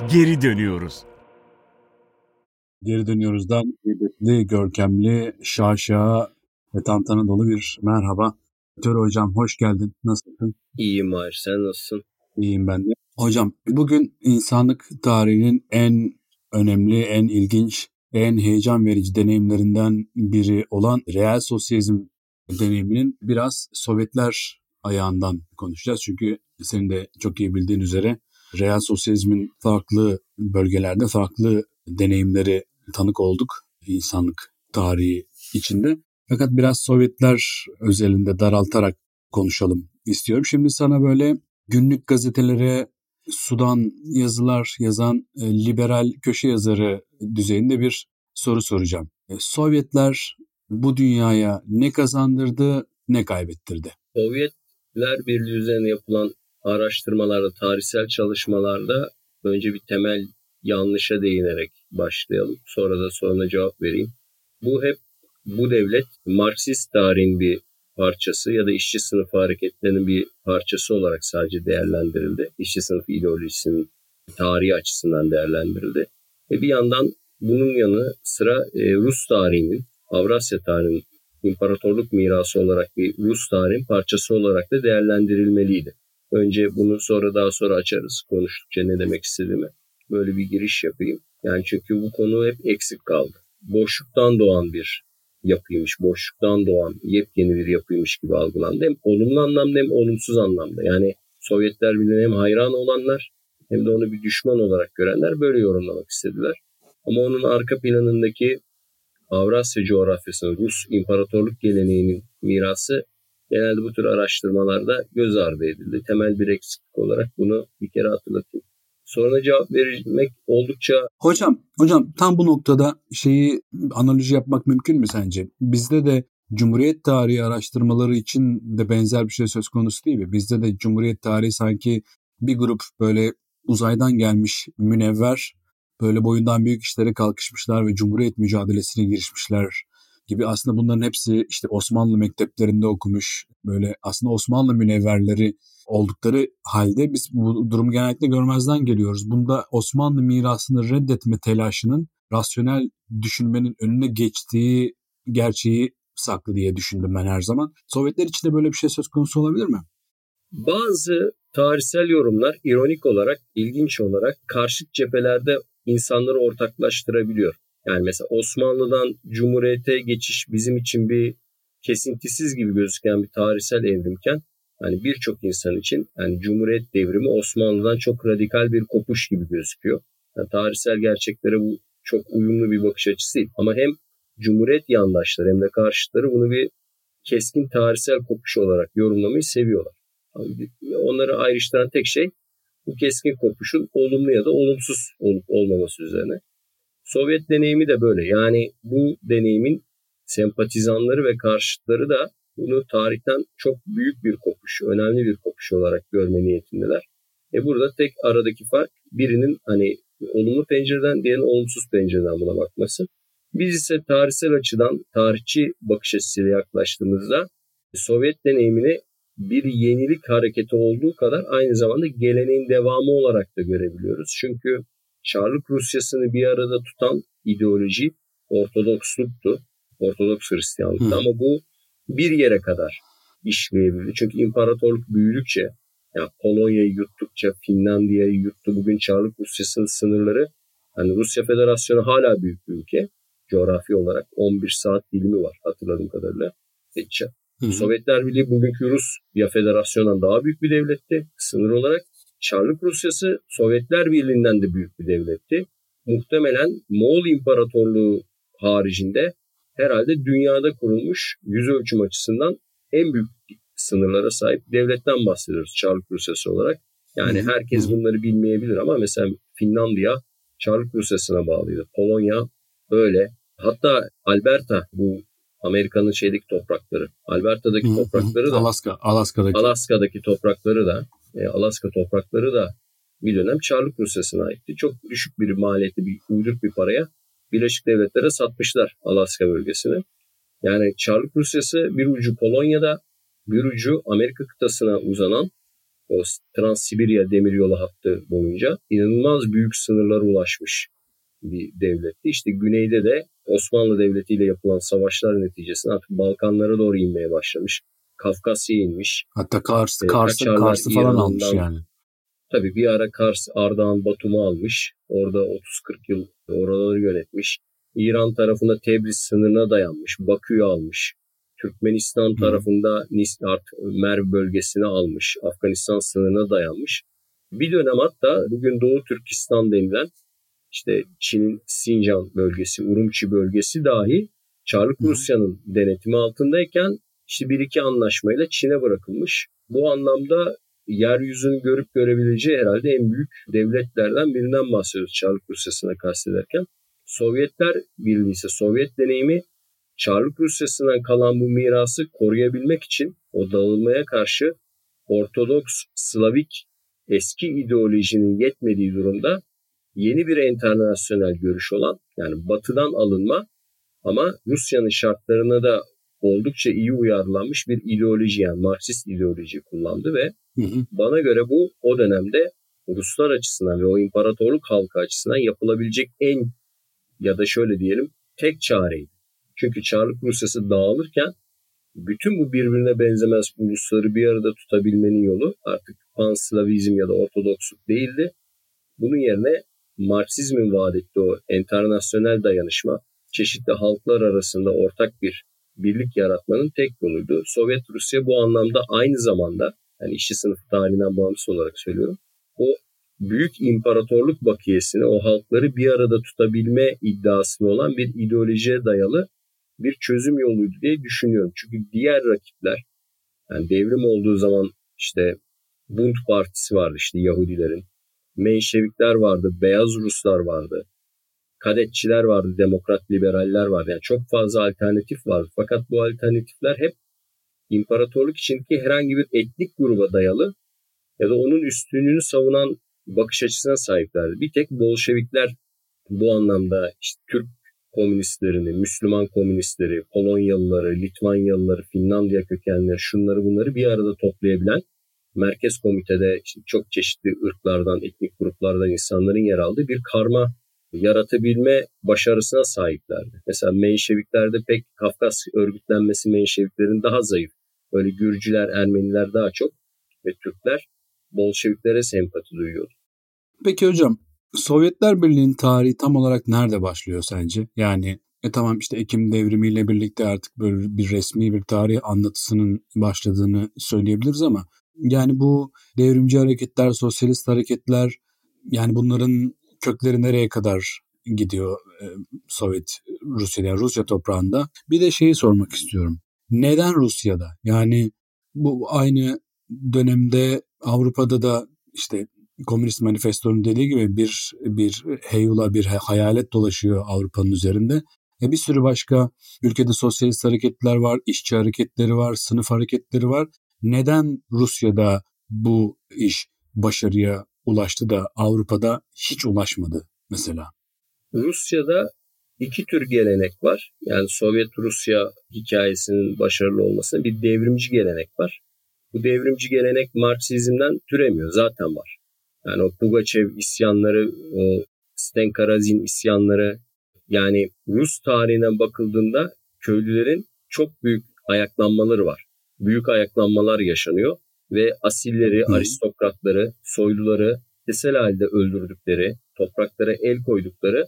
geri dönüyoruz. Geri dönüyoruzdan heybetli, görkemli, şaşa ve tantana dolu bir merhaba. Tör hocam hoş geldin. Nasılsın? İyiyim Mahir, sen nasılsın? İyiyim ben de. Hocam bugün insanlık tarihinin en önemli, en ilginç, en heyecan verici deneyimlerinden biri olan reel sosyalizm deneyiminin biraz Sovyetler ayağından konuşacağız. Çünkü senin de çok iyi bildiğin üzere reel sosyalizmin farklı bölgelerde farklı deneyimleri tanık olduk insanlık tarihi içinde. Fakat biraz Sovyetler özelinde daraltarak konuşalım istiyorum. Şimdi sana böyle günlük gazetelere sudan yazılar yazan liberal köşe yazarı düzeyinde bir soru soracağım. Sovyetler bu dünyaya ne kazandırdı, ne kaybettirdi? Sovyetler Birliği üzerine yapılan araştırmalarda, tarihsel çalışmalarda önce bir temel yanlışa değinerek başlayalım. Sonra da soruna cevap vereyim. Bu devlet Marksist tarihin bir parçası ya da işçi sınıfı hareketlerinin bir parçası olarak sadece değerlendirildi. İşçi sınıfı ideolojisinin tarihi açısından değerlendirildi. Ve bir yandan bunun yanı sıra Rus tarihinin, Avrasya tarihinin imparatorluk mirası olarak bir Rus tarihin parçası olarak da değerlendirilmeliydi. Önce bunu daha sonra açarız konuştukça ne demek istediğimi. Böyle bir giriş yapayım. Yani çünkü bu konu hep eksik kaldı. Boşluktan doğan bir yapıymış, boşluktan doğan yepyeni bir yapıymış gibi algılandı. Hem olumlu anlamda hem olumsuz anlamda. Yani Sovyetler Birliği'ne hem hayran olanlar hem de onu bir düşman olarak görenler böyle yorumlamak istediler. Ama onun arka planındaki Avrasya coğrafyasının Rus imparatorluk geleneğinin mirası genelde bu tür araştırmalarda göz ardı edildi. Temel bir eksiklik olarak bunu bir kere hatırlatayım. Soruna cevap vermek oldukça... Hocam tam bu noktada analoji yapmak mümkün mü sence? Bizde de Cumhuriyet tarihi araştırmaları için de benzer bir şey söz konusu değil mi? Bizde de Cumhuriyet tarihi sanki bir grup böyle uzaydan gelmiş münevver, böyle boyundan büyük işlere kalkışmışlar ve Cumhuriyet mücadelesine girişmişler gibi. Aslında bunların hepsi işte Osmanlı mekteplerinde okumuş, böyle aslında Osmanlı münevverleri oldukları halde biz bu durumu genellikle görmezden geliyoruz. Bunda Osmanlı mirasını reddetme telaşının rasyonel düşünmenin önüne geçtiği gerçeği saklı diye düşündüm ben her zaman. Sovyetler için de böyle bir şey söz konusu olabilir mi? Bazı tarihsel yorumlar ironik olarak, ilginç olarak karşıt cephelerde insanları ortaklaştırabiliyor. Yani mesela Osmanlı'dan Cumhuriyet'e geçiş bizim için bir kesintisiz gibi gözüken bir tarihsel evrimken yani birçok insan için yani Cumhuriyet devrimi Osmanlı'dan çok radikal bir kopuş gibi gözüküyor. Yani tarihsel gerçeklere bu çok uyumlu bir bakış açısı değil. Ama hem Cumhuriyet yandaşları hem de karşıtları bunu bir keskin tarihsel kopuş olarak yorumlamayı seviyorlar. Onları ayrıştıran tek şey bu keskin kopuşun olumlu ya da olumsuz olup olmaması üzerine. Sovyet deneyimi de böyle. Yani bu deneyimin sempatizanları ve karşıtları da bunu tarihten çok büyük bir kopuş, önemli bir kopuş olarak görme niyetindeler. Burada tek aradaki fark birinin hani olumlu pencereden, diğerinin olumsuz pencereden buna bakması. Biz ise tarihsel açıdan tarihçi bakış açısıyla yaklaştığımızda Sovyet deneyimini bir yenilik hareketi olduğu kadar aynı zamanda geleneğin devamı olarak da görebiliyoruz. Çünkü Çarlık Rusyası'nı bir arada tutan ideoloji Ortodoksluktu. Ortodoks Hristiyanlıktı ama bu bir yere kadar işleyebildi. Çünkü imparatorluk büyüdükçe, yani Polonya'yı yuttukça, Finlandiya'yı yuttu. Bugün Çarlık Rusyası'nın sınırları, hani Rusya Federasyonu hala büyük bir ülke. Coğrafi olarak 11 saat dilimi var hatırladığım kadarıyla. Sovyetler Birliği bugünkü Rusya Federasyonu'ndan daha büyük bir devletti sınır olarak. Çarlık Rusyası Sovyetler Birliği'nden de büyük bir devletti. Muhtemelen Moğol İmparatorluğu haricinde herhalde dünyada kurulmuş yüz ölçüm açısından en büyük sınırlara sahip devletten bahsediyoruz Çarlık Rusyası olarak. Yani herkes bunları bilmeyebilir ama mesela Finlandiya Çarlık Rusyası'na bağlıydı. Polonya öyle. Hatta Alberta, bu Amerika'nın toprakları. Alberta'daki toprakları da Alaska'daki toprakları da Alaska toprakları da bir dönem Çarlık Rusyası'na aitti. Çok düşük bir maliyetli, bir uyduruk bir paraya Birleşik Devletlere satmışlar Alaska bölgesini. Yani Çarlık Rusyası bir ucu Polonya'da, bir ucu Amerika kıtasına uzanan o Trans-Sibirya demiryolu hattı boyunca inanılmaz büyük sınırlara ulaşmış bir devletti. İşte güneyde de Osmanlı Devleti ile yapılan savaşlar neticesinde artık Balkanlara doğru inmeye başlamış. Kafkasya'ya inmiş. Hatta Kars'ı falan almış yani. Tabii bir ara Kars, Ardahan, Batum'u almış. Orada 30-40 yıl oraları yönetmiş. İran tarafında Tebriz sınırına dayanmış. Bakü'yü almış. Türkmenistan tarafında Merv bölgesini almış. Afganistan sınırına dayanmış. Bir dönem hatta bugün Doğu Türkistan denilen işte Çin'in Sincan bölgesi, Urumçi bölgesi dahi Çarlık Rusya'nın denetimi altındayken işte bir iki anlaşmayla Çin'e bırakılmış. Bu anlamda yeryüzünün görüp görebileceği herhalde en büyük devletlerden birinden bahsediyoruz Çarlık Rusyası'na kastederken. Sovyetler Birliği ise Sovyet deneyimi Çarlık Rusyası'ndan kalan bu mirası koruyabilmek için o dağılmaya karşı Ortodoks, Slavik eski ideolojinin yetmediği durumda yeni bir enternasyonel görüş olan yani batıdan alınma ama Rusya'nın şartlarına da oldukça iyi uyarlanmış bir ideoloji yani Marksist ideoloji kullandı ve bana göre bu o dönemde Ruslar açısından ve o imparatorluk halkı açısından yapılabilecek en ya da şöyle diyelim tek çareydi. Çünkü Çarlık Rusyası dağılırken bütün bu birbirine benzemez ulusları bir arada tutabilmenin yolu artık Panslavizm ya da Ortodoksluk değildi. Bunun yerine Marksizmin vaat ettiği o enternasyonel dayanışma, çeşitli halklar arasında ortak bir birlik yaratmanın tek yoluydu. Sovyet Rusya bu anlamda aynı zamanda, yani işçi sınıfı tarihinden bağımsız olarak söylüyorum, o büyük imparatorluk bakiyesini, o halkları bir arada tutabilme iddiasında olan bir ideolojiye dayalı bir çözüm yoluydu diye düşünüyorum. Çünkü diğer rakipler, yani devrim olduğu zaman işte Bund Partisi vardı işte Yahudilerin, Menşevikler vardı, Beyaz Ruslar vardı, Kadetçiler vardı, Demokrat Liberaller vardı. Yani çok fazla alternatif vardı. Fakat bu alternatifler hep imparatorluk içindeki herhangi bir etnik gruba dayalı ya da onun üstünlüğünü savunan bakış açısına sahiplerdi. Bir tek Bolşevikler bu anlamda işte Türk komünistlerini, Müslüman komünistleri, Polonyalıları, Litvanyalıları, Finlandiya kökenleri, şunları bunları bir arada toplayabilen merkez komitede işte çok çeşitli ırklardan, etnik gruplardan insanların yer aldığı bir karma yaratabilme başarısına sahiplerdi. Mesela Menşeviklerde pek Kafkas örgütlenmesi Menşeviklerin daha zayıf. Böyle Gürcüler, Ermeniler daha çok ve Türkler Bolşeviklere sempati duyuyordu. Peki hocam, Sovyetler Birliği'nin tarihi tam olarak nerede başlıyor sence? Yani tamam işte Ekim devrimiyle birlikte artık böyle bir resmi bir tarih anlatısının başladığını söyleyebiliriz ama yani bu devrimci hareketler, sosyalist hareketler yani bunların kökleri nereye kadar gidiyor Sovyet Rusya'da, yani Rusya toprağında? Bir de şeyi sormak istiyorum. Neden Rusya'da? Yani bu aynı dönemde Avrupa'da da işte Komünist Manifesto'nun dediği gibi bir heyula, bir hayalet dolaşıyor Avrupa'nın üzerinde. Bir sürü başka ülkede sosyalist hareketler var, işçi hareketleri var, sınıf hareketleri var. Neden Rusya'da bu iş başarıya ulaştı da Avrupa'da hiç ulaşmadı mesela? Rusya'da iki tür gelenek var. Yani Sovyet Rusya hikayesinin başarılı olmasında bir devrimci gelenek var. Bu devrimci gelenek Marksizmden türemiyor. Zaten var. Yani o Pugaçev isyanları, o Stenkarazin isyanları, yani Rus tarihine bakıldığında köylülerin çok büyük ayaklanmaları var. Büyük ayaklanmalar yaşanıyor ve asilleri, aristokratları, soyluları esel halde öldürdükleri, topraklara el koydukları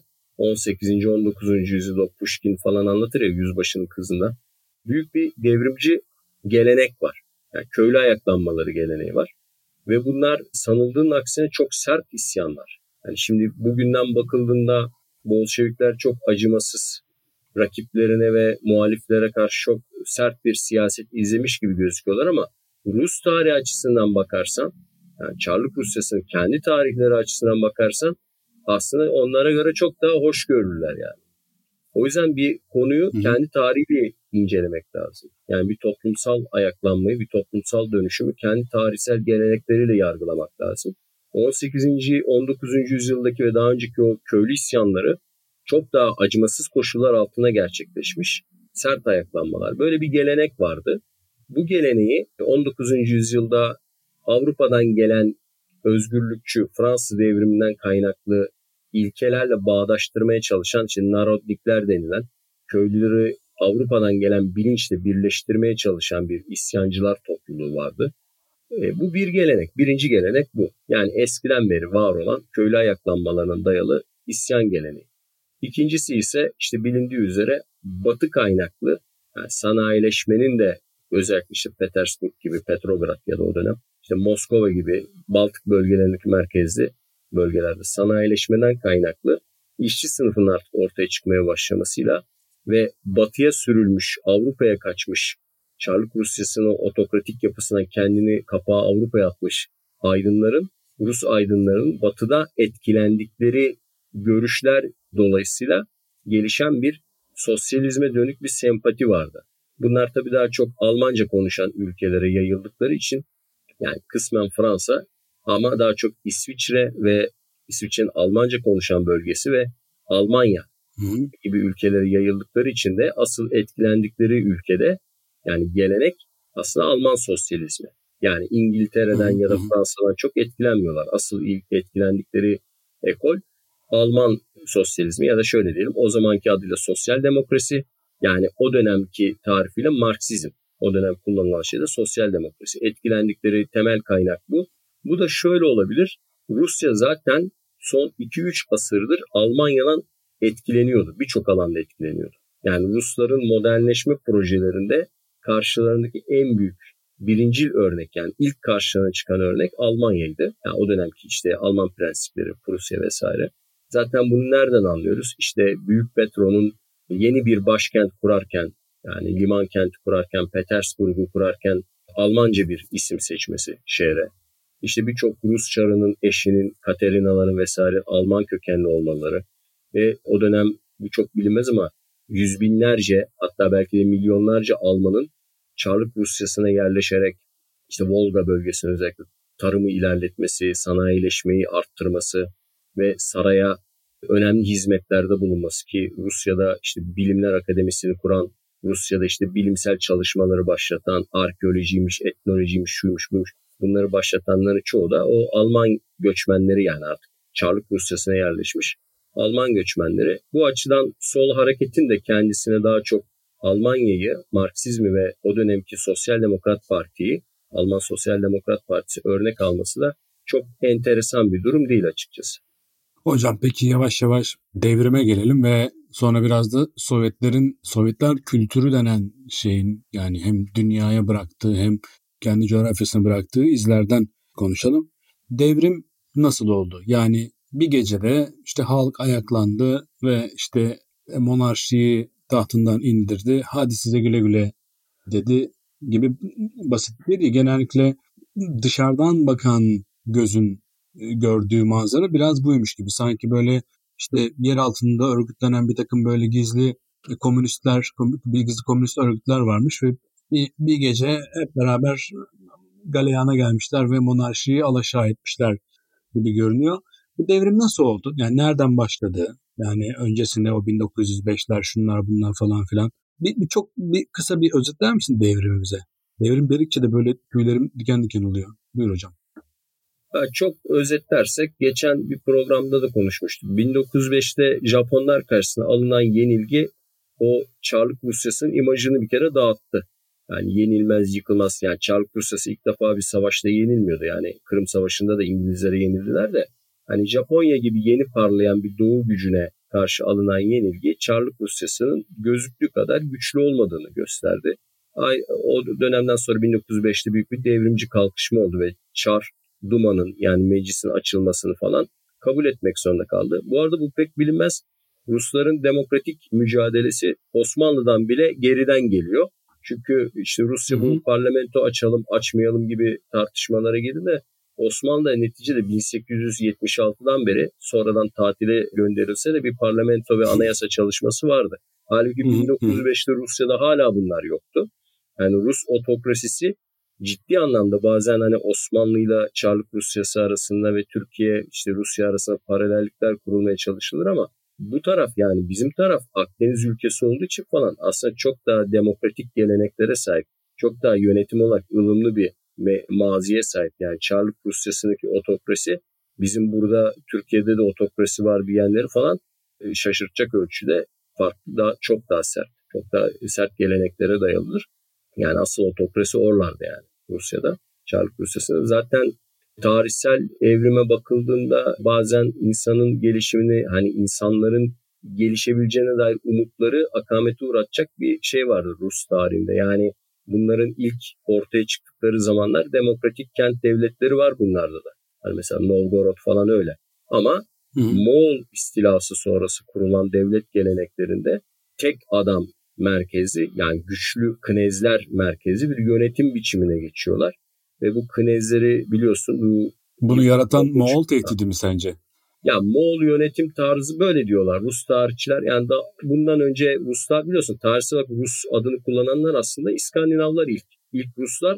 18. 19. yüzyılda Pushkin falan anlatır ya Yüzbaşı'nın Kızı'nda. Büyük bir devrimci gelenek var. Yani köylü ayaklanmaları geleneği var. Ve bunlar sanıldığının aksine çok sert isyanlar. Yani şimdi bugünden bakıldığında Bolşevikler çok acımasız, rakiplerine ve muhaliflere karşı çok sert bir siyaset izlemiş gibi gözüküyorlar ama Rus tarihi açısından bakarsan, yani Çarlık Rusyası'nın kendi tarihleri açısından bakarsan aslında onlara göre çok daha hoşgörülüler yani. O yüzden bir konuyu kendi tarihiyle incelemek lazım. Yani bir toplumsal ayaklanmayı, bir toplumsal dönüşümü kendi tarihsel gelenekleriyle yargılamak lazım. 18. 19. yüzyıldaki ve daha önceki o köylü isyanları çok daha acımasız koşullar altında gerçekleşmiş sert ayaklanmalar. Böyle bir gelenek vardı. Bu geleneği 19. yüzyılda Avrupa'dan gelen özgürlükçü Fransız devriminden kaynaklı ilkelerle bağdaştırmaya çalışan narodnikler denilen köylüleri Avrupa'dan gelen bilinçle birleştirmeye çalışan bir isyancılar topluluğu vardı. Bu bir gelenek. Birinci gelenek bu. Yani eskiden beri var olan köylü ayaklanmalarına dayalı isyan geleneği. İkincisi ise işte bilindiği üzere Batı kaynaklı yani sanayileşmenin de özellikle işte Petersburg gibi, Petrograd ya da o dönem işte Moskova gibi Baltık bölgelerindeki merkezli bölgelerde sanayileşmeden kaynaklı işçi sınıfının artık ortaya çıkmaya başlamasıyla ve batıya sürülmüş, Avrupa'ya kaçmış, Çarlık Rusyası'nın otokratik yapısına kendini kapağı Avrupa'ya atmış aydınların, Rus aydınların batıda etkilendikleri görüşler dolayısıyla gelişen bir sosyalizme dönük bir sempati vardı. Bunlar tabii daha çok Almanca konuşan ülkelere yayıldıkları için yani kısmen Fransa ama daha çok İsviçre ve İsviçre'nin Almanca konuşan bölgesi ve Almanya gibi ülkelere yayıldıkları için de asıl etkilendikleri ülkede yani gelenek aslında Alman sosyalizmi. Yani İngiltere'den ya da Fransa'dan çok etkilenmiyorlar. Asıl ilk etkilendikleri ekol Alman sosyalizmi ya da şöyle diyelim o zamanki adıyla sosyal demokrasi yani o dönemki tarifiyle Marksizm. O dönem kullanılan şey de sosyal demokrasi. Etkilendikleri temel kaynak bu. Bu da şöyle olabilir. Rusya zaten son 2-3 asırdır Almanya'dan etkileniyordu. Birçok alanda etkileniyordu. Yani Rusların modernleşme projelerinde karşılarındaki en büyük birincil örnek yani ilk karşılarına çıkan örnek Almanya'ydı. Yani o dönemki işte Alman prensipleri, Prusya vesaire. Zaten bunu nereden anlıyoruz? İşte Büyük Petro'nun yeni bir başkent kurarken yani liman kenti kurarken, Petersburg'u kurarken Almanca bir isim seçmesi şehre. İşte birçok Rus çarının eşinin, Katerina'ların vesaire Alman kökenli olmaları ve o dönem bu çok bilinmez ama yüz binlerce hatta belki de milyonlarca Almanın Çarlık Rusyası'na yerleşerek işte Volga bölgesine özellikle tarımı ilerletmesi, sanayileşmeyi arttırması ve saraya önemli hizmetlerde bulunması ki Rusya'da işte Bilimler Akademisi'ni kuran, Rusya'da işte bilimsel çalışmaları başlatan, arkeolojiymiş, etnolojiymiş, şuymuş, buymuş bunları başlatanların çoğu da o Alman göçmenleri yani artık Çarlık Rusyası'na yerleşmiş Alman göçmenleri. Bu açıdan sol hareketin de kendisine daha çok Almanya'yı, Marksizmi ve o dönemki Sosyal Demokrat Parti'yi, Alman Sosyal Demokrat Partisi örnek alması da çok enteresan bir durum değil açıkçası. Hocam peki yavaş yavaş devrime gelelim ve sonra biraz da Sovyetler kültürü denen şeyin yani hem dünyaya bıraktığı hem kendi coğrafyasına bıraktığı izlerden konuşalım. Devrim nasıl oldu? Yani bir gecede işte halk ayaklandı ve işte monarşiyi tahtından indirdi. Hadi size güle güle dedi gibi basit değil. Genellikle dışarıdan bakan gözün gördüğü manzara biraz buymuş gibi. Sanki böyle işte yer altında örgütlenen bir takım böyle gizli gizli komünist örgütler varmış ve bir gece hep beraber galeyana gelmişler ve monarşiyi alaşağı etmişler gibi görünüyor. Bu devrim nasıl oldu? Yani nereden başladı? Yani öncesinde o 1905'ler şunlar bunlar falan filan. Bir kısa bir özetler misin devrimimize? Devrim dedikçe de böyle tüylerim diken diken oluyor. Buyur hocam. Çok özetlersek geçen bir programda da konuşmuştuk. 1905'te Japonlar karşısına alınan yenilgi o Çarlık Rusyası'nın imajını bir kere dağıttı. Yani yenilmez yıkılmaz. Yani Çarlık Rusyası ilk defa bir savaşta yenilmiyordu. Yani Kırım Savaşı'nda da İngilizlere yenildiler de. Hani Japonya gibi yeni parlayan bir doğu gücüne karşı alınan yenilgi Çarlık Rusyası'nın gözüktüğü kadar güçlü olmadığını gösterdi. O dönemden sonra 1905'te büyük bir devrimci kalkışma oldu ve Çar Duma'nın yani meclisin açılmasını falan kabul etmek zorunda kaldı. Bu arada bu pek bilinmez. Rusların demokratik mücadelesi Osmanlı'dan bile geriden geliyor. Çünkü işte Rusya bu parlamento açalım açmayalım gibi tartışmalara girdi de Osmanlı neticede 1876'dan beri sonradan tatile gönderilse de bir parlamento ve anayasa çalışması vardı. Halbuki 1905'te Rusya'da hala bunlar yoktu. Yani Rus otokrasisi ciddi anlamda bazen hani Osmanlı'yla Çarlık Rusyası arasında ve Türkiye işte Rusya arasında paralellikler kurulmaya çalışılır ama bu taraf yani bizim taraf Akdeniz ülkesi olduğu için falan aslında çok daha demokratik geleneklere sahip, çok daha yönetim olarak ılımlı bir maziye sahip. Yani Çarlık Rusyası'ndaki otokrasi bizim burada Türkiye'de de otokrasi var diyenleri falan şaşırtacak ölçüde farklı, çok daha sert. Çok daha sert geleneklere dayalıdır. Yani asıl otokrasi oralarda yani Rusya'da. Çarlık Rusyası'nda zaten tarihsel evrime bakıldığında bazen insanın gelişimini, hani insanların gelişebileceğine dair umutları akamete uğratacak bir şey vardır Rus tarihinde. Yani bunların ilk ortaya çıktıkları zamanlar demokratik kent devletleri var bunlarda da. Hani mesela Novgorod falan öyle. Ama Moğol istilası sonrası kurulan devlet geleneklerinde tek adam merkezi, yani güçlü knezler merkezi bir yönetim biçimine geçiyorlar. Ve bu knezleri biliyorsun. Bunu yaratan Moğol tehdidi mi sence? Ya Moğol yönetim tarzı böyle diyorlar Rus tarihçiler. Yani da bundan önce Ruslar biliyorsun tarihsel olarak Rus adını kullananlar aslında İskandinavlar ilk. İlk Ruslar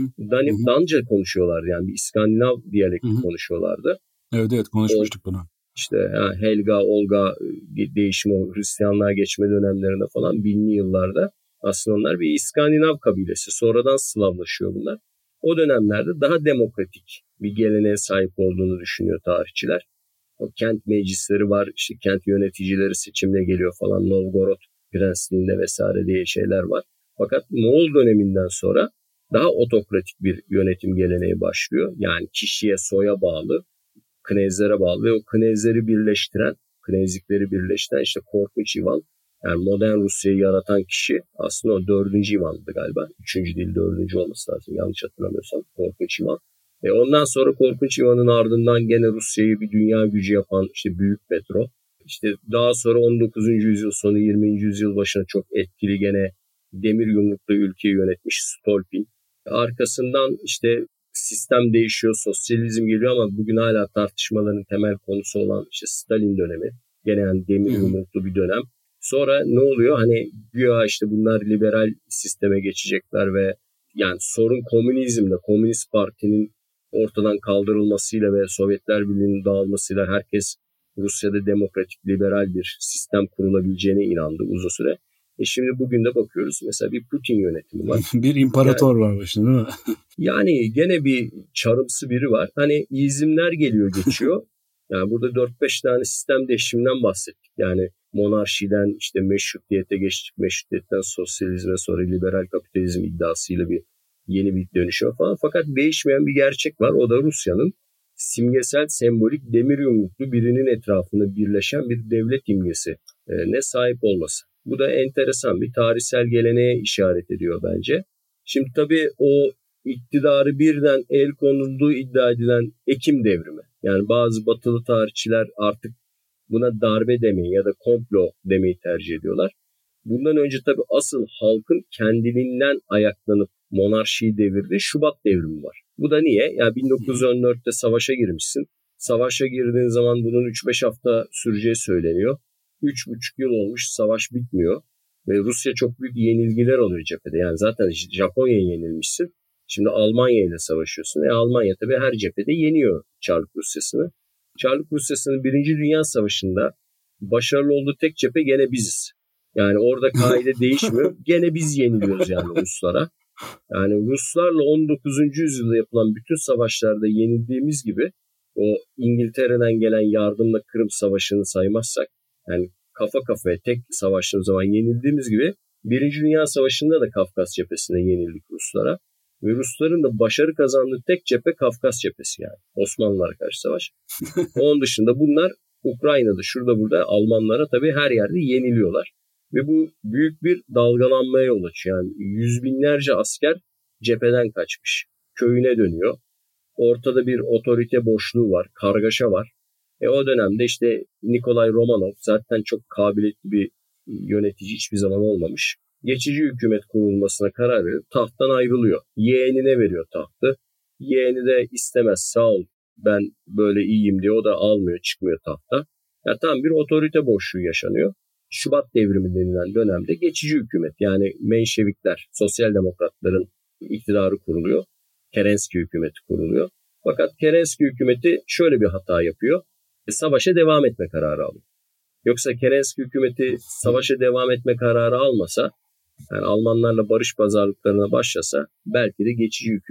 Danca konuşuyorlar, yani bir İskandinav diyalekti konuşuyorlardı. Evet konuşmuştuk bunu. İşte Helga, Olga değişimi, Hristiyanlığa geçme dönemlerinde falan binli yıllarda aslında onlar bir İskandinav kabilesi. Sonradan Slavlaşıyor bunlar. O dönemlerde daha demokratik bir geleneğe sahip olduğunu düşünüyor tarihçiler. O kent meclisleri var, işte kent yöneticileri seçimle geliyor falan, Novgorod Prensliğinde vesaire diye şeyler var. Fakat Moğol döneminden sonra daha otokratik bir yönetim geleneği başlıyor. Yani kişiye, soya bağlı, knezlere bağlı ve o knezleri birleştiren, knezlikleri birleştiren işte Korkunç Ivan, yani modern Rusya'yı yaratan kişi aslında o 4. Ivan'dı galiba. 3. değil 4. olması lazım yanlış hatırlamıyorsam, Korkunç Ivan. Ondan sonra Korkunç Ivan'ın ardından gene Rusya'yı bir dünya gücü yapan işte Büyük Petro. İşte daha sonra 19. yüzyıl sonu 20. yüzyıl başına çok etkili gene demir yumruklu ülkeyi yönetmiş Stolpin. Arkasından işte sistem değişiyor, sosyalizm geliyor ama bugün hala tartışmaların temel konusu olan işte Stalin dönemi. Gene yani demir yumruklu bir dönem. Sonra ne oluyor? Hani güya işte bunlar liberal sisteme geçecekler ve yani sorun komünizmle, Komünist Parti'nin ortadan kaldırılmasıyla ve Sovyetler Birliği'nin dağılmasıyla herkes Rusya'da demokratik, liberal bir sistem kurulabileceğine inandı uzun süre. Şimdi bugün de bakıyoruz mesela bir Putin yönetimi var. Bir imparator var başında değil mi? Yani gene bir çarımsı biri var. Hani izimler geliyor geçiyor. Yani burada 4-5 tane sistem değişiminden bahsettik. Yani monarşiden işte meşrutiyete geçtik. Meşrutiyetten sosyalizme, sonra liberal kapitalizm iddiasıyla bir yeni bir dönüşüm falan. Fakat değişmeyen bir gerçek var. O da Rusya'nın simgesel, sembolik, demir yumruklu birinin etrafında birleşen bir devlet imgesi ne sahip olması. Bu da enteresan bir tarihsel geleneğe işaret ediyor bence. Şimdi tabii o iktidarı birden el konulduğu iddia edilen Ekim devrimi. Yani bazı batılı tarihçiler artık buna darbe demeyi ya da komplo demeyi tercih ediyorlar. Bundan önce tabii asıl halkın kendiliğinden ayaklanıp monarşiyi devirdiği Şubat devrimi var. Bu da niye? Yani 1914'te savaşa girmişsin. Savaşa girdiğin zaman bunun 3-5 hafta süreceği söyleniyor. 3,5 yıl olmuş, savaş bitmiyor. Ve Rusya çok büyük yenilgiler alıyor cephede. Yani zaten Japonya'ya yenilmişsin. Şimdi Almanya ile savaşıyorsun. Almanya tabii her cephede yeniyor Çarlık Rusyası'nı. Çarlık Rusyası'nın 1. Dünya Savaşı'nda başarılı olduğu tek cephe gene biziz. Yani orada kaide değişmiyor. Gene biz yeniliyoruz yani Ruslara. Yani Ruslarla 19. yüzyılda yapılan bütün savaşlarda yenildiğimiz gibi o İngiltere'den gelen yardımla Kırım Savaşı'nı saymazsak, yani kafa kafaya tek savaştığımız zaman yenildiğimiz gibi 1. Dünya Savaşı'nda da Kafkas cephesine yenildik Ruslara. Ve Rusların da başarı kazandığı tek cephe Kafkas cephesi yani. Osmanlılara karşı savaş. Onun dışında bunlar Ukrayna'da, şurada burada Almanlara tabii her yerde yeniliyorlar. Ve bu büyük bir dalgalanmaya yol açıyor. Yani yüz binlerce asker cepheden kaçmış. Köyüne dönüyor. Ortada bir otorite boşluğu var, kargaşa var. O dönemde işte Nikolay Romanov zaten çok kabiliyetli bir yönetici hiçbir zaman olmamış. Geçici hükümet kurulmasına karar verip tahttan ayrılıyor. Yeğenine veriyor tahtı. Yeğeni de istemez, sağ ol ben böyle iyiyim diye, o da almıyor, çıkmıyor tahta. Yani tam bir otorite boşluğu yaşanıyor. Şubat devrimi denilen dönemde geçici hükümet, yani Menşevikler, sosyal demokratların iktidarı kuruluyor. Kerenski hükümeti kuruluyor. Fakat Kerenski hükümeti şöyle bir hata yapıyor. Savaşa devam etme kararı alıyor. Yoksa Kerenski hükümeti savaşa devam etme kararı almasa, yani Almanlarla barış pazarlıklarına başlasa belki de geçici hükümet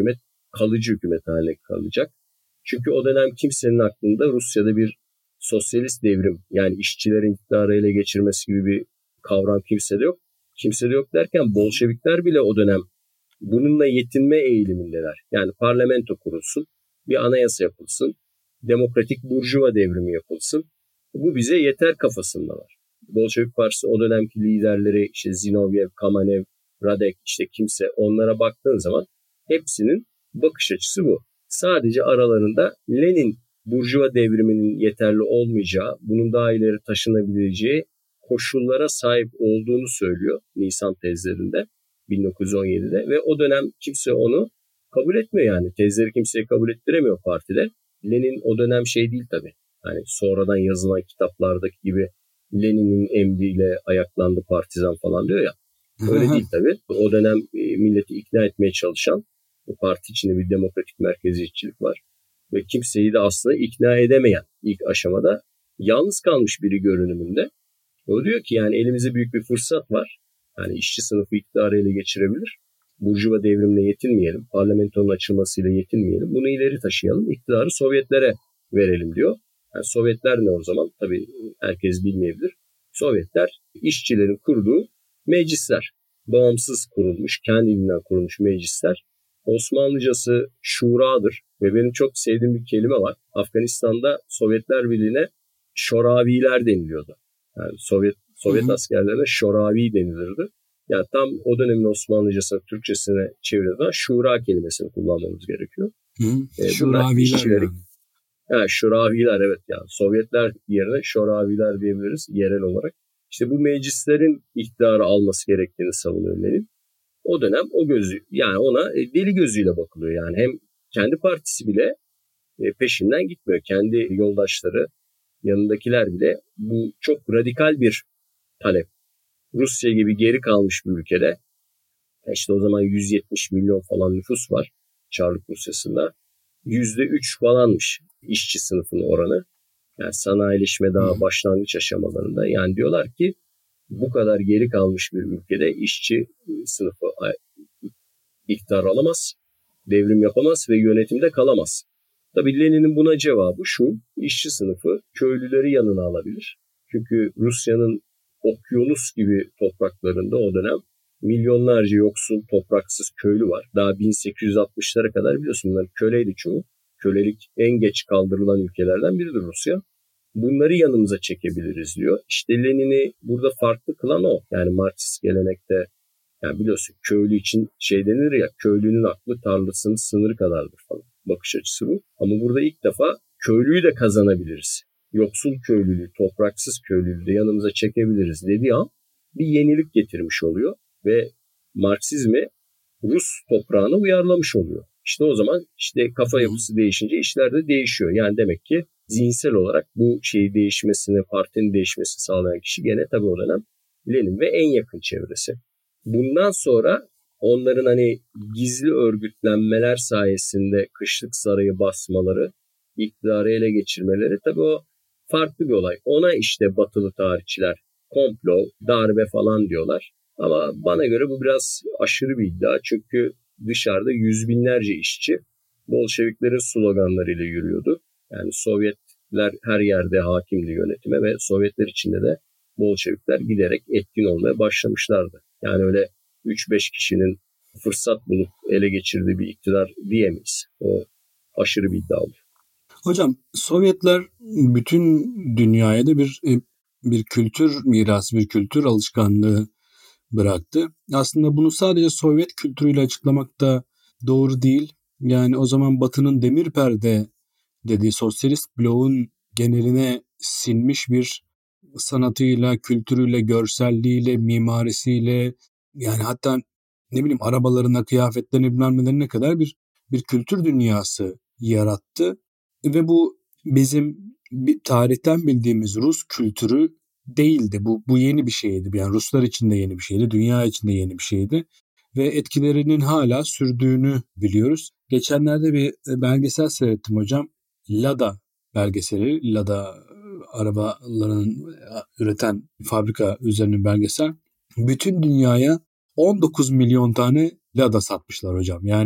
kalıcı hükümet haline kalacak. Çünkü o dönem kimsenin aklında Rusya'da bir sosyalist devrim, yani işçilerin iktidarı ele geçirmesi gibi bir kavram kimsede yok. Kimsede yok derken Bolşevikler bile o dönem bununla yetinme eğilimindeler. Yani parlamento kurulsun, bir anayasa yapılsın, demokratik burjuva devrimi yapılsın. Bu bize yeter kafasındalar. Bolşevik Partisi o dönemki liderleri işte Zinoviev, Kamenev, Radek, işte kimse, onlara baktığın zaman hepsinin bakış açısı bu. Sadece aralarında Lenin burjuva devriminin yeterli olmayacağı, bunun daha ileri taşınabileceği koşullara sahip olduğunu söylüyor Nisan tezlerinde 1917'de ve o dönem kimse onu kabul etmiyor yani. Tezleri kimseye kabul ettiremiyor partide. Lenin o dönem şey değil tabii. Hani sonradan yazılan kitaplardaki gibi Lenin'in emriyle ayaklandı partizan falan diyor ya. Öyle değil tabii. O dönem milleti ikna etmeye çalışan parti içinde bir demokratik merkeziyetçilik var. Ve kimseyi de aslında ikna edemeyen ilk aşamada yalnız kalmış biri görünümünde. O diyor ki yani elimizde büyük bir fırsat var. Yani işçi sınıfı iktidarı ele geçirebilir. Burjuva devrimine yetinmeyelim. Parlamentonun açılmasıyla yetinmeyelim. Bunu ileri taşıyalım. İktidarı Sovyetlere verelim diyor. Yani Sovyetler ne o zaman? Tabii herkes bilmeyebilir. Sovyetler işçilerin kurduğu meclisler. Bağımsız kurulmuş, kendiliğinden kurulmuş meclisler. Osmanlıcası şuradır ve benim çok sevdiğim bir kelime var. Afganistan'da Sovyetler Birliği'ne şoraviler deniliyordu. Yani Sovyet askerlerine şoravi denilirdi. Yani tam o dönemin Osmanlıcasına, Türkçesine çevirdiğinde şura kelimesini kullanmamız gerekiyor. Şuraviler yani. Yani şuraviler, evet, yani Sovyetler yerine şoraviler diyebiliriz yerel olarak. İşte bu meclislerin iktidarı alması gerektiğini savunuyor Lenin. O dönem o gözü, yani ona deli gözüyle bakılıyor. Yani hem kendi partisi bile peşinden gitmiyor. Kendi yoldaşları, yanındakiler bile bu çok radikal bir talep. Rusya gibi geri kalmış bir ülkede, işte o zaman 170 milyon falan nüfus var Çarlık Rusyası'nda. %3 falanmış işçi sınıfının oranı. Yani sanayileşme daha başlangıç aşamalarında. Yani diyorlar ki bu kadar geri kalmış bir ülkede işçi sınıfı iktidar alamaz, devrim yapamaz ve yönetimde kalamaz. Tabii Lenin'in buna cevabı şu: işçi sınıfı köylüleri yanına alabilir. Çünkü Rusya'nın okyanus gibi topraklarında o dönem milyonlarca yoksul, topraksız köylü var. Daha 1860'lara kadar biliyorsun bunlar köleydi çoğu. Kölelik en geç kaldırılan ülkelerden biridir Rusya. Bunları yanımıza çekebiliriz diyor. İşte Lenin'i burada farklı kılan o. Yani Marksist gelenekte, yani biliyorsun köylü için şey denir ya, köylünün aklı tarlasının sınırı kadardır falan. Bakış açısı bu. Ama burada ilk defa köylüyü de kazanabiliriz. Yoksul köylülüğü, topraksız köylülüğü de yanımıza çekebiliriz dediği an bir yenilik getirmiş oluyor ve Marksizmi Rus toprağına uyarlamış oluyor. İşte o zaman işte kafa yapısı değişince işler de değişiyor. Yani demek ki zihinsel olarak bu şeyi değişmesini, partinin değişmesini sağlayan kişi gene tabii o dönem Lenin ve en yakın çevresi. Bundan sonra onların hani gizli örgütlenmeler sayesinde Kışlık Sarayı basmaları, iktidarı ele geçirmeleri tabii o farklı bir olay. Ona işte batılı tarihçiler komplo, darbe falan diyorlar. Ama bana göre bu biraz aşırı bir iddia. Çünkü dışarıda yüz binlerce işçi Bolşeviklerin sloganlarıyla yürüyordu. Yani Sovyetler her yerde hakimdi yönetime ve Sovyetler içinde de Bolşevikler giderek etkin olmaya başlamışlardı. Yani öyle 3-5 kişinin fırsat bulup ele geçirdiği bir iktidar diyemeyiz. O aşırı bir iddia oldu. Hocam, Sovyetler bütün dünyaya da bir kültür mirası, bir kültür alışkanlığı bıraktı. Aslında bunu sadece Sovyet kültürüyle açıklamak da doğru değil. Yani o zaman Batı'nın demir perde dediği sosyalist bloğun geneline sinmiş bir sanatıyla, kültürüyle, görselliğiyle, mimarisiyle, yani hatta ne bileyim arabalarına, kıyafetlerine, bilmem nelerine kadar bir kültür dünyası yarattı. Ve bu bizim tarihten bildiğimiz Rus kültürü değildi. Bu yeni bir şeydi. Yani Ruslar için de yeni bir şeydi, dünya için de yeni bir şeydi. Ve etkilerinin hala sürdüğünü biliyoruz. Geçenlerde bir belgesel seyrettim hocam. Lada belgeseli, Lada arabalarının üreten fabrika üzerine belgesel. Bütün dünyaya 19 milyon tane Lada satmışlar hocam. Yani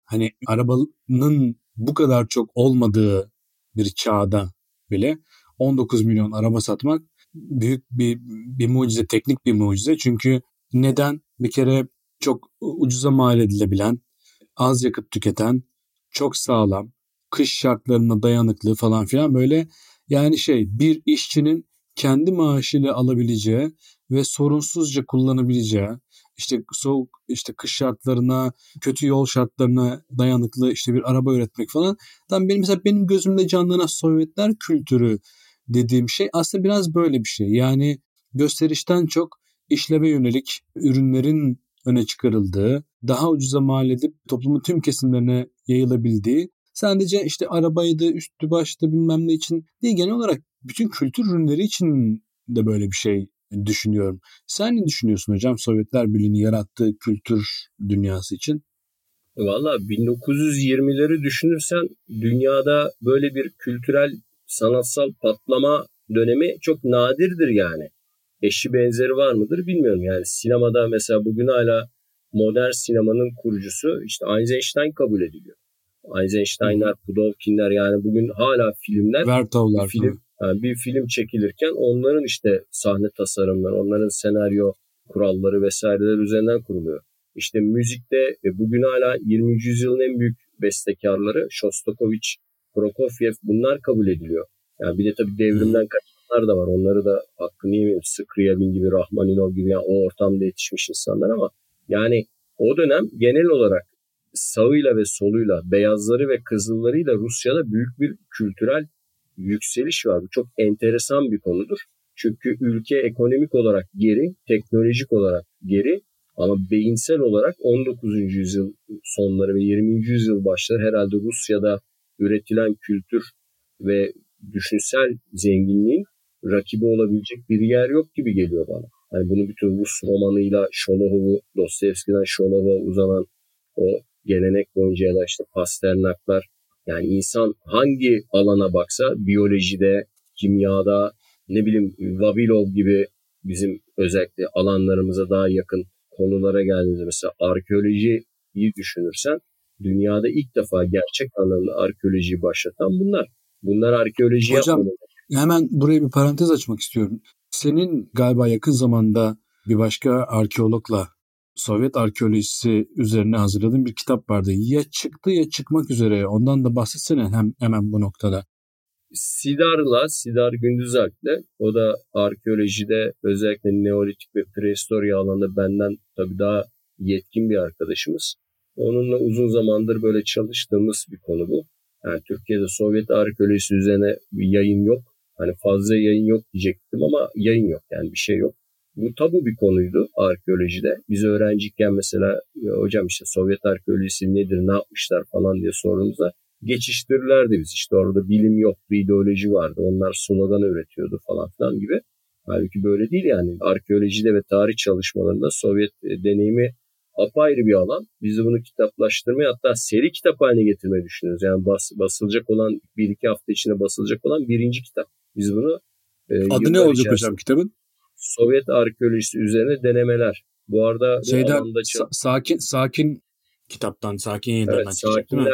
hani arabanın bu kadar çok olmadığı bir çağda bile 19 milyon araba satmak büyük bir mucize, teknik bir mucize. Çünkü neden? Bir kere çok ucuza mal edilebilen, az yakıt tüketen, çok sağlam, kış şartlarına dayanıklı falan filan, böyle yani bir işçinin kendi maaşıyla alabileceği ve sorunsuzca kullanabileceği, işte soğuk, işte kış şartlarına, kötü yol şartlarına dayanıklı bir araba üretmek falan. Benim gözümde canlanan Sovyetler kültürü dediğim şey aslında biraz böyle bir şey. Yani gösterişten çok işleve yönelik ürünlerin öne çıkarıldığı, daha ucuza mal edip toplumun tüm kesimlerine yayılabildiği, sadece arabaydı, üstü başta bilmem ne için değil, genel olarak bütün kültür ürünleri için de böyle bir şey düşünüyorum. Sen ne düşünüyorsun hocam Sovyetler Birliği'nin yarattığı kültür dünyası için? Valla 1920'leri düşünürsen dünyada böyle bir kültürel sanatsal patlama dönemi çok nadirdir yani. Eşi benzeri var mıdır bilmiyorum. Yani sinemada mesela bugün hala modern sinemanın kurucusu işte Eisenstein kabul ediliyor. Eisenstein'ler, Pudovkinler, yani bugün hala filmler, bir Vertovlar falan. film yani bir film çekilirken onların işte sahne tasarımları, onların senaryo kuralları vesaireler üzerinden kuruluyor. İşte müzikte bugün hala 20. yüzyılın en büyük bestekarları Shostakovich, Prokofiev, bunlar kabul ediliyor. Yani bir de tabii devrimden kaçanlar da var. Onları da hakkını yemeyeyim. Scriabin gibi, Rahmaninov gibi, yani o ortamda yetişmiş insanlar, ama yani o dönem genel olarak sağıyla ve soluyla, beyazları ve kızıllarıyla Rusya'da büyük bir kültürel yükseliş var. Bu çok enteresan bir konudur. Çünkü ülke ekonomik olarak geri, teknolojik olarak geri, ama beyinsel olarak 19. yüzyıl sonları ve 20. yüzyıl başları herhalde Rusya'da üretilen kültür ve düşünsel zenginliğin rakibi olabilecek bir yer yok gibi geliyor bana. Yani bunu bütün Rus romanıyla, Şolohov'u, Dostoyevski'den Şolov'a uzanan o gelenek boyunca, ya da işte Pasternaklar, yani insan hangi alana baksa, biyolojide, kimyada, ne bileyim Vavilov gibi bizim özellikle alanlarımıza daha yakın konulara geldiğimizde, mesela arkeolojiyi düşünürsen, dünyada ilk defa gerçek anlamda arkeolojiyi başlatan bunlar. Bunlar arkeoloji Hocam yapmadı. hemen buraya bir parantez açmak istiyorum. Senin galiba yakın zamanda bir başka arkeologla Sovyet arkeolojisi üzerine hazırladığın bir kitap vardı. Ya çıktı ya çıkmak üzere. Ondan da bahsetsene hemen bu noktada. Sidar Gündüzalp'le, o da arkeolojide özellikle Neolitik ve prehistorya alanında benden tabii daha yetkin bir arkadaşımız. Onunla uzun zamandır böyle çalıştığımız bir konu bu. Yani Türkiye'de Sovyet arkeolojisi üzerine bir yayın yok. Hani fazla yayın yok diyecektim ama yayın yok, yani bir şey yok. Bu tabu bir konuydu arkeolojide. Biz öğrenciyken mesela hocam işte Sovyet arkeolojisi nedir, ne yapmışlar falan diye sorduğumuzda geçiştirirlerdi biz. İşte orada bilim yok, bir ideoloji vardı. Onlar slogan üretiyordu falan filan gibi. Halbuki böyle değil yani. Arkeolojide ve tarih çalışmalarında Sovyet deneyimi apayrı bir alan. Biz de bunu kitaplaştırmaya, hatta seri kitap haline getirmeyi düşünüyoruz. Yani basılacak olan, bir iki hafta içinde basılacak olan birinci kitap. Biz bunu Adı ne yıllar olacak içerisinde hocam kitabın? Sovyet arkeolojisi üzerine denemeler. Bu arada bu Şeyden alanda sakin kitaptan, sakin evet, yayınlarından çıkacak değil mi?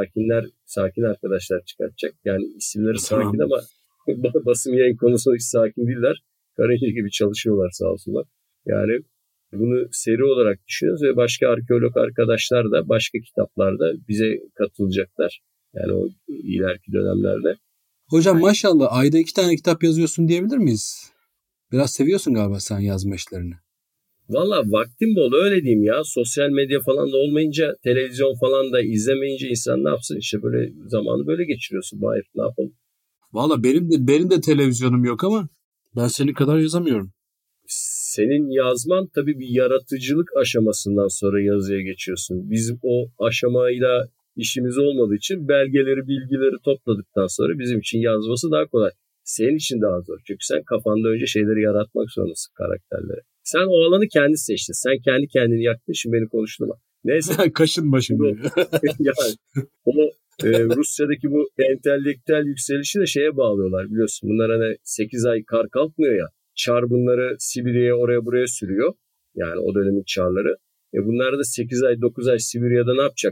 sakin arkadaşlar çıkartacak. Yani isimleri sakin Tamam. ama basım yayın konusunda hiç sakin değiller. Karınca gibi çalışıyorlar sağ olsunlar. Yani bunu seri olarak düşünüyoruz ve başka arkeolog arkadaşlar da başka kitaplarda bize katılacaklar. Yani o ileriki dönemlerde. Hocam maşallah ayda 2 tane kitap yazıyorsun diyebilir miyiz? Biraz seviyorsun galiba sen yazma işlerini. Valla vaktim bol, öyle diyeyim ya. Sosyal medya falan da olmayınca, televizyon falan da izlemeyince insan ne yapsın? İşte böyle zamanı böyle geçiriyorsun. Hayır, ne yapalım? Valla benim de televizyonum yok ama ben senin kadar yazamıyorum. Senin yazman tabii bir yaratıcılık aşamasından sonra yazıya geçiyorsun. Biz o aşamayla işimiz olmadığı için belgeleri, bilgileri topladıktan sonra bizim için yazması daha kolay. Senin için daha zor. Çünkü sen kafanda önce şeyleri yaratmak zorundasın, karakterleri. Sen o alanı kendi seçtin. Sen kendi kendini yaktın. Şimdi beni konuşturma. Neyse. Kaşın başım Bu, diyor. yani, o Rusya'daki bu entelektüel yükselişi de şeye bağlıyorlar, biliyorsun. Bunlar hani 8 ay kar kalkmıyor ya. Çar bunları Sibirya'ya, oraya buraya sürüyor. Yani o dönemin çarları. Bunlar da 8 ay 9 ay Sibirya'da ne yapacaklar?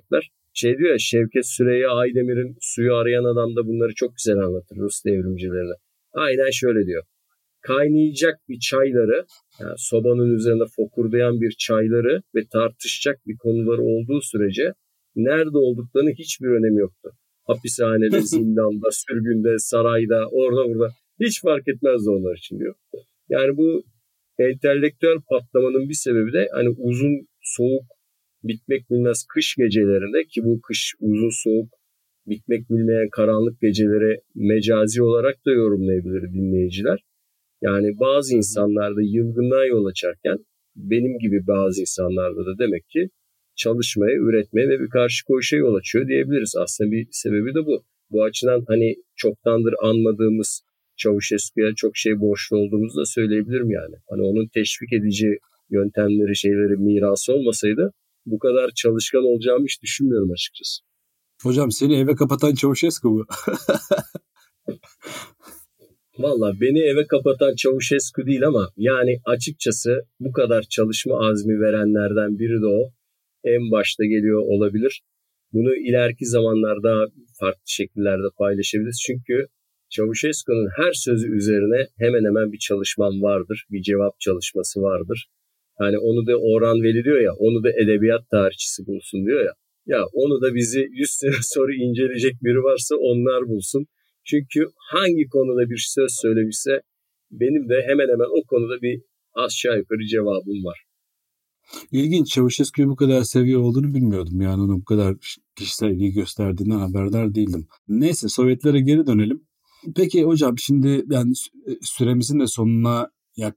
Diyor ya, Şevket Süreyya Aydemir'in Suyu Arayan Adam da bunları çok güzel anlatır Rus devrimcilerine. Aynen şöyle diyor. Kaynayacak bir çayları, yani sobanın üzerinde fokurdayan bir çayları ve tartışacak bir konuları olduğu sürece nerede olduklarının hiçbir önemi yoktu. Hapishanede, zindanda, sürgünde, sarayda, orada burada hiç fark etmezdi onlar için diyor. Yani bu entelektüel patlamanın bir sebebi de hani uzun, soğuk, bitmek bilmez kış gecelerinde, ki bu kış uzun, soğuk, bitmek bilmeyen karanlık gecelere mecazi olarak da yorumlayabilir dinleyiciler. Yani bazı insanlarda yılgınlığa yol açarken benim gibi bazı insanlarda da demek ki çalışmaya, üretmeye ve bir karşı koyuşa yol açıyor diyebiliriz. Aslında bir sebebi de bu. Bu açıdan hani çoktandır anmadığımız Çavuşescu'ya çok şey borçlu olduğumuzu da söyleyebilirim yani. Hani onun teşvik edici yöntemleri, şeyleri, mirası olmasaydı bu kadar çalışkan olacağımı hiç düşünmüyorum açıkçası. Hocam seni eve kapatan Çavuşescu bu. Valla beni eve kapatan Çavuşescu değil ama yani açıkçası bu kadar çalışma azmi verenlerden biri de o. En başta geliyor olabilir. Bunu ileriki zamanlarda farklı şekillerde paylaşabiliriz. Çünkü Çavuşescu'nun her sözü üzerine hemen hemen bir çalışmam vardır. Bir cevap çalışması vardır. Hani onu da Orhan Veli diyor ya, onu da edebiyat tarihçisi bulsun diyor ya. Ya onu da bizi 100 sene sonra inceleyecek biri varsa onlar bulsun. Çünkü hangi konuda bir söz söylemişse benim de hemen hemen o konuda bir aşağı yukarı cevabım var. İlginç. Çavuşescu'yu bu kadar seviyor olduğunu bilmiyordum. Yani ona bu kadar kişisel ilgi gösterdiğinden haberdar değildim. Neyse, Sovyetlere geri dönelim. Peki hocam, şimdi yani süremizin de sonuna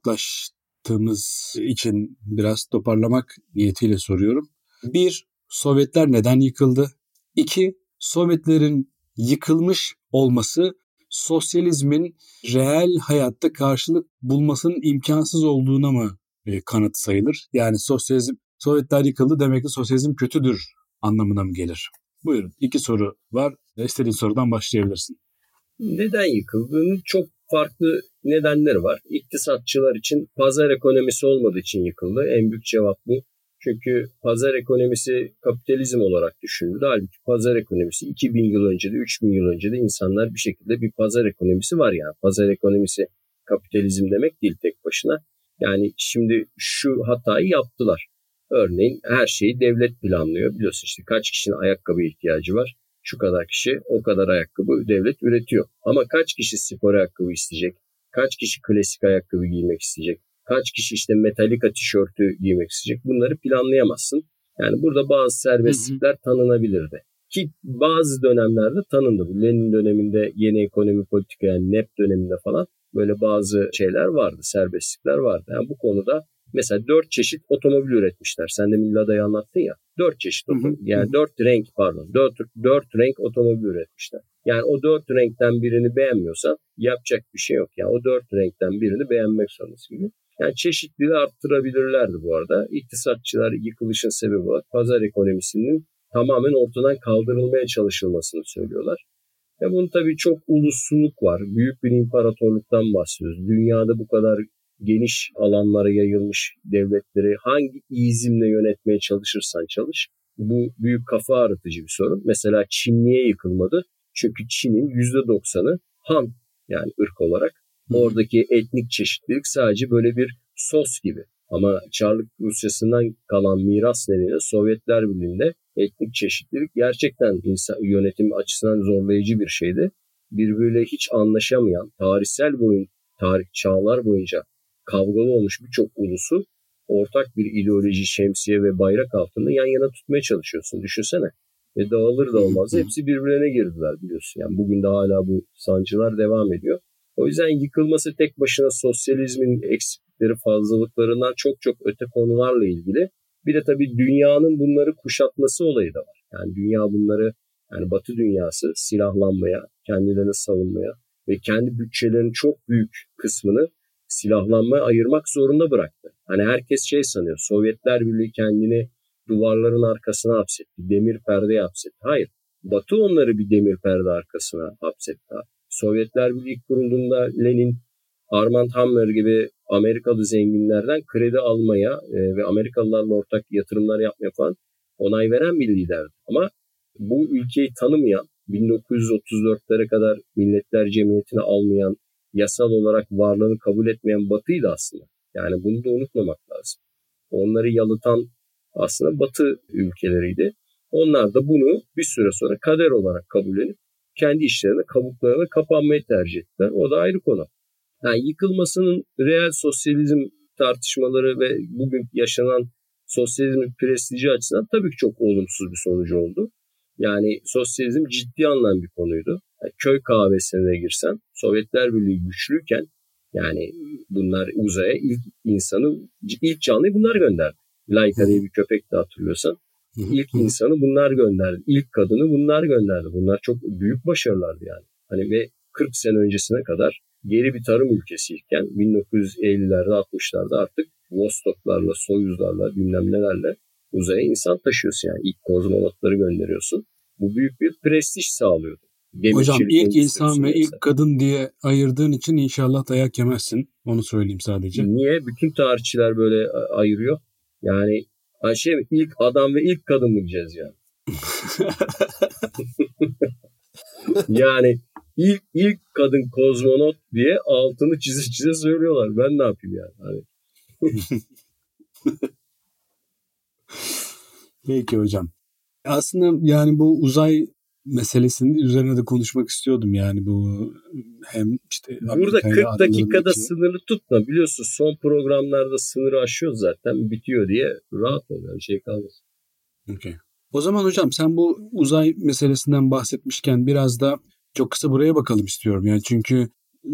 yaklaştığımız için biraz toparlamak niyetiyle soruyorum. 1. Sovyetler neden yıkıldı? 2. Sovyetlerin yıkılmış olması sosyalizmin reel hayatta karşılık bulmasının imkansız olduğuna mı kanıt sayılır? Yani Sovyetler yıkıldı demek ki sosyalizm kötüdür anlamına mı gelir? Buyurun, 2 soru var. İstediğin sorudan başlayabilirsin. Neden yıkıldığının çok farklı nedenleri var. İktisatçılar için pazar ekonomisi olmadığı için yıkıldı. En büyük cevap bu. Çünkü pazar ekonomisi kapitalizm olarak düşünüldü. Halbuki pazar ekonomisi 2000 yıl önce de 3000 yıl önce de insanlar bir şekilde bir pazar ekonomisi var yani. Pazar ekonomisi kapitalizm demek değil tek başına. Yani şimdi şu hatayı yaptılar. Örneğin her şeyi devlet planlıyor. Biliyorsun işte kaç kişinin ayakkabı ihtiyacı var. Şu kadar kişi o kadar ayakkabı devlet üretiyor. Ama kaç kişi spor ayakkabı isteyecek? Kaç kişi klasik ayakkabı giymek isteyecek? Kaç kişi işte Metallica tişörtü giymek isteyecek? Bunları planlayamazsın. Yani burada bazı serbestlikler tanınabilirdi. Ki bazı dönemlerde tanındı. Bu Lenin döneminde yeni ekonomi politika, yani NEP döneminde falan böyle bazı şeyler vardı, serbestlikler vardı. Yani bu konuda mesela 4 çeşit otomobil üretmişler. Sen de Millada'yı anlattın ya. 4 çeşit otomobil. Yani 4 renk pardon. 4 renk otomobil üretmişler. Yani o 4 renkten birini beğenmiyorsan yapacak bir şey yok. Yani o 4 renkten birini beğenmek zorundasın gibi. Yani çeşitliliği arttırabilirlerdi bu arada. İktisatçılar yıkılışın sebebi olarak pazar ekonomisinin tamamen ortadan kaldırılmaya çalışılmasını söylüyorlar. Bunun tabii çok ulusluluk var. Büyük bir imparatorluktan bahsediyoruz. Dünyada bu kadar geniş alanlara yayılmış devletleri hangi izimle yönetmeye çalışırsan çalış, bu büyük kafa ağrıtıcı bir sorun. Mesela Çin niye yıkılmadı? Çünkü Çin'in %90'ı Han, yani ırk olarak. Oradaki etnik çeşitlilik sadece böyle bir sos gibi. Ama Çarlık Rusyası'ndan kalan miras nedeniyle Sovyetler Birliği'nde etnik çeşitlilik gerçekten insan yönetim açısından zorlayıcı bir şeydi. Birbiriyle hiç anlaşamayan, tarih çağlar boyunca kavgalı olmuş birçok ulusu ortak bir ideoloji, şemsiye ve bayrak altında yan yana tutmaya çalışıyorsun. Düşünsene. Ve dağılır dağılmaz hepsi birbirine girdiler biliyorsun. Yani bugün de hala bu sancılar devam ediyor. O yüzden yıkılması tek başına sosyalizmin eksiklikleri, fazlalıklarından çok çok öte konularla ilgili. Bir de tabii dünyanın bunları kuşatması olayı da var. Yani dünya bunları, yani Batı dünyası silahlanmaya, kendilerini savunmaya ve kendi bütçelerinin çok büyük kısmını silahlanmaya ayırmak zorunda bıraktı. Hani herkes sanıyor, Sovyetler Birliği kendini duvarların arkasına hapsetti, demir perde hapsetti. Hayır, Batı onları bir demir perde arkasına hapsetti. Sovyetler Birliği kurulduğunda Lenin, Armand Hammer gibi Amerikalı zenginlerden kredi almaya ve Amerikalılarla ortak yatırımlar yapmaya falan onay veren bir liderdi. Ama bu ülkeyi tanımayan, 1934'lere kadar Milletler Cemiyeti'ne almayan, yasal olarak varlığını kabul etmeyen Batı'ydı aslında. Yani bunu da unutmamak lazım. Onları yalıtan aslında Batı ülkeleriydi. Onlar da bunu bir süre sonra kader olarak kabullenip kendi işlerine, kabuklarına kapanmayı tercih ettiler. O da ayrı konu. Yani yıkılmasının reel sosyalizm tartışmaları ve bugün yaşanan sosyalizmin prestiji açısından tabii ki çok olumsuz bir sonucu oldu. Yani sosyalizm ciddi anlamda bir konuydu. Yani köy kahvesine girsen, Sovyetler Birliği güçlüyken, yani bunlar uzaya ilk canlıyı bunlar gönderdi. Laika diye bir köpek de hatırlıyorsan. İlk insanı bunlar gönderdi. İlk kadını bunlar gönderdi. Bunlar çok büyük başarılardı yani. Hani ve 40 sene öncesine kadar geri bir tarım ülkesiyken 1950'lerde 60'larda artık Vostok'larla, Soyuz'larla, bilmem nelerle uzaya insan taşıyorsun yani. İlk kozmonotları gönderiyorsun. Bu büyük bir prestij sağlıyordu. Hocam ilk insan ve ilk kadın diye ayırdığın için inşallah dayak yemezsin. Onu söyleyeyim sadece. Niye? Bütün tarihçiler böyle ayırıyor. Yani ilk adam ve ilk kadın mı diyeceğiz yani? Yani ilk kadın kozmonot diye altını çize söylüyorlar. Ben ne yapayım yani? Hani. Peki hocam. Aslında yani bu uzay meselesinin üzerine de konuşmak istiyordum yani bu hem işte burada 40 dakikada sınırlı tutma, biliyorsun son programlarda sınırı aşıyoruz zaten, bitiyor diye rahat ol yani, şey kalmasın. Okay. O zaman hocam sen bu uzay meselesinden bahsetmişken biraz da çok kısa buraya bakalım istiyorum yani çünkü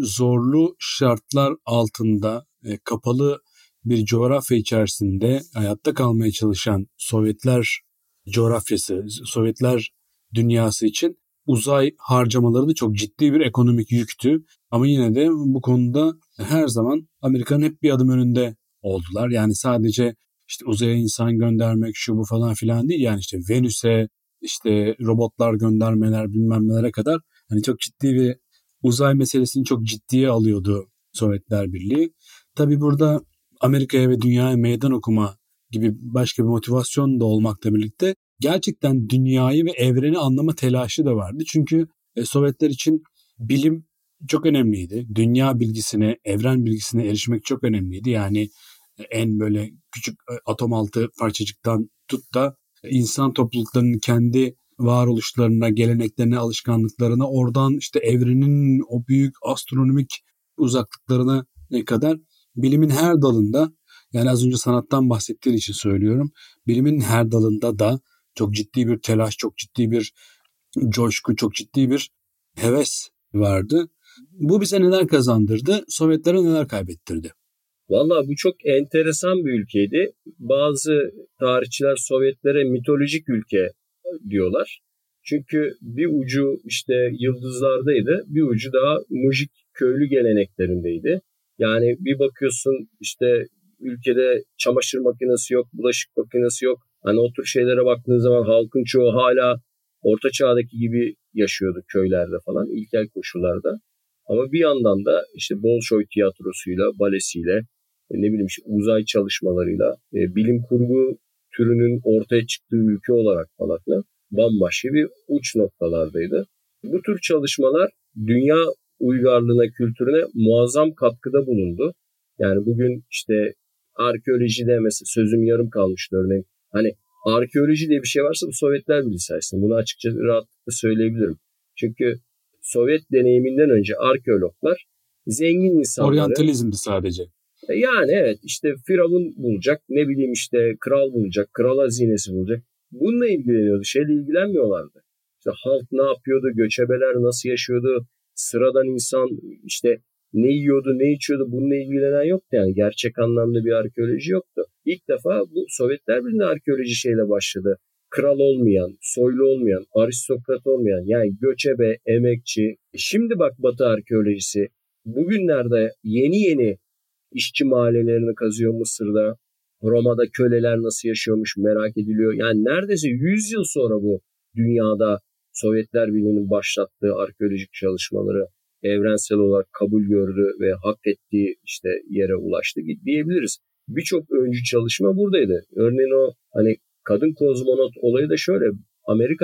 zorlu şartlar altında kapalı bir coğrafya içerisinde hayatta kalmaya çalışan Sovyetler coğrafyası, Sovyetler dünyası için uzay harcamaları da çok ciddi bir ekonomik yüktü. Ama yine de bu konuda her zaman Amerika'nın hep bir adım önünde oldular. Yani sadece işte uzaya insan göndermek şu bu falan filan değil. Yani işte Venüs'e işte robotlar göndermeler bilmem nelere kadar hani çok ciddi bir uzay meselesini çok ciddiye alıyordu Sovyetler Birliği. Tabii burada Amerika'ya ve dünyaya meydan okuma gibi başka bir motivasyon da olmakla birlikte gerçekten dünyayı ve evreni anlama telaşı da vardı. Çünkü Sovyetler için bilim çok önemliydi. Dünya bilgisine, evren bilgisine erişmek çok önemliydi. Yani en böyle küçük atom altı parçacıktan tut da insan topluluklarının kendi varoluşlarına, geleneklerine, alışkanlıklarına, oradan işte evrenin o büyük astronomik uzaklıklarına kadar bilimin her dalında, yani az önce sanattan bahsettiğin için söylüyorum, bilimin her dalında da çok ciddi bir telaş, çok ciddi bir coşku, çok ciddi bir heves vardı. Bu bize neler kazandırdı, Sovyetlere neler kaybettirdi? Valla bu çok enteresan bir ülkeydi. Bazı tarihçiler Sovyetlere mitolojik ülke diyorlar. Çünkü bir ucu işte yıldızlardaydı, bir ucu daha mujik köylü geleneklerindeydi. Yani bir bakıyorsun işte ülkede çamaşır makinesi yok, bulaşık makinesi yok. Hani o tür şeylere baktığın zaman halkın çoğu hala orta çağdaki gibi yaşıyordu köylerde falan, ilkel koşullarda. Ama bir yandan da işte Bolşoy tiyatrosuyla, balesiyle, ne bileyim işte uzay çalışmalarıyla, bilim kurgu türünün ortaya çıktığı ülke olarak falan da bambaşka bir uç noktalardaydı. Bu tür çalışmalar dünya uygarlığına, kültürüne muazzam katkıda bulundu. Yani bugün işte arkeolojide mesela sözüm yarım kalmıştı örneğin. Hani arkeoloji diye bir şey varsa bu Sovyetler Birliği sayesinde. Bunu açıkça rahatlıkla söyleyebilirim. Çünkü Sovyet deneyiminden önce arkeologlar zengin insanları... Oryantalizmdi sadece. Yani evet, işte firavun bulacak, ne bileyim işte kral bulacak, kral hazinesi bulacak. Bununla ilgileniyordu, şeyle ilgilenmiyorlardı. İşte halk ne yapıyordu, göçebeler nasıl yaşıyordu, sıradan insan işte ne yiyordu, ne içiyordu, bununla ilgilenen yoktu. Yani gerçek anlamda bir arkeoloji yoktu. İlk defa bu Sovyetler Birliği'nde arkeoloji şeyle başladı. Kral olmayan, soylu olmayan, aristokrat olmayan, yani göçebe, emekçi. Şimdi bak Batı arkeolojisi bugünlerde yeni işçi mahallelerini kazıyor Mısır'da. Roma'da köleler nasıl yaşıyormuş merak ediliyor. Yani neredeyse 100 yıl sonra bu dünyada Sovyetler Birliği'nin başlattığı arkeolojik çalışmaları evrensel olarak kabul gördü ve hak ettiği işte yere ulaştı diyebiliriz. Birçok öncü çalışma buradaydı. Örneğin o hani kadın kozmonot olayı da şöyle. Amerika'da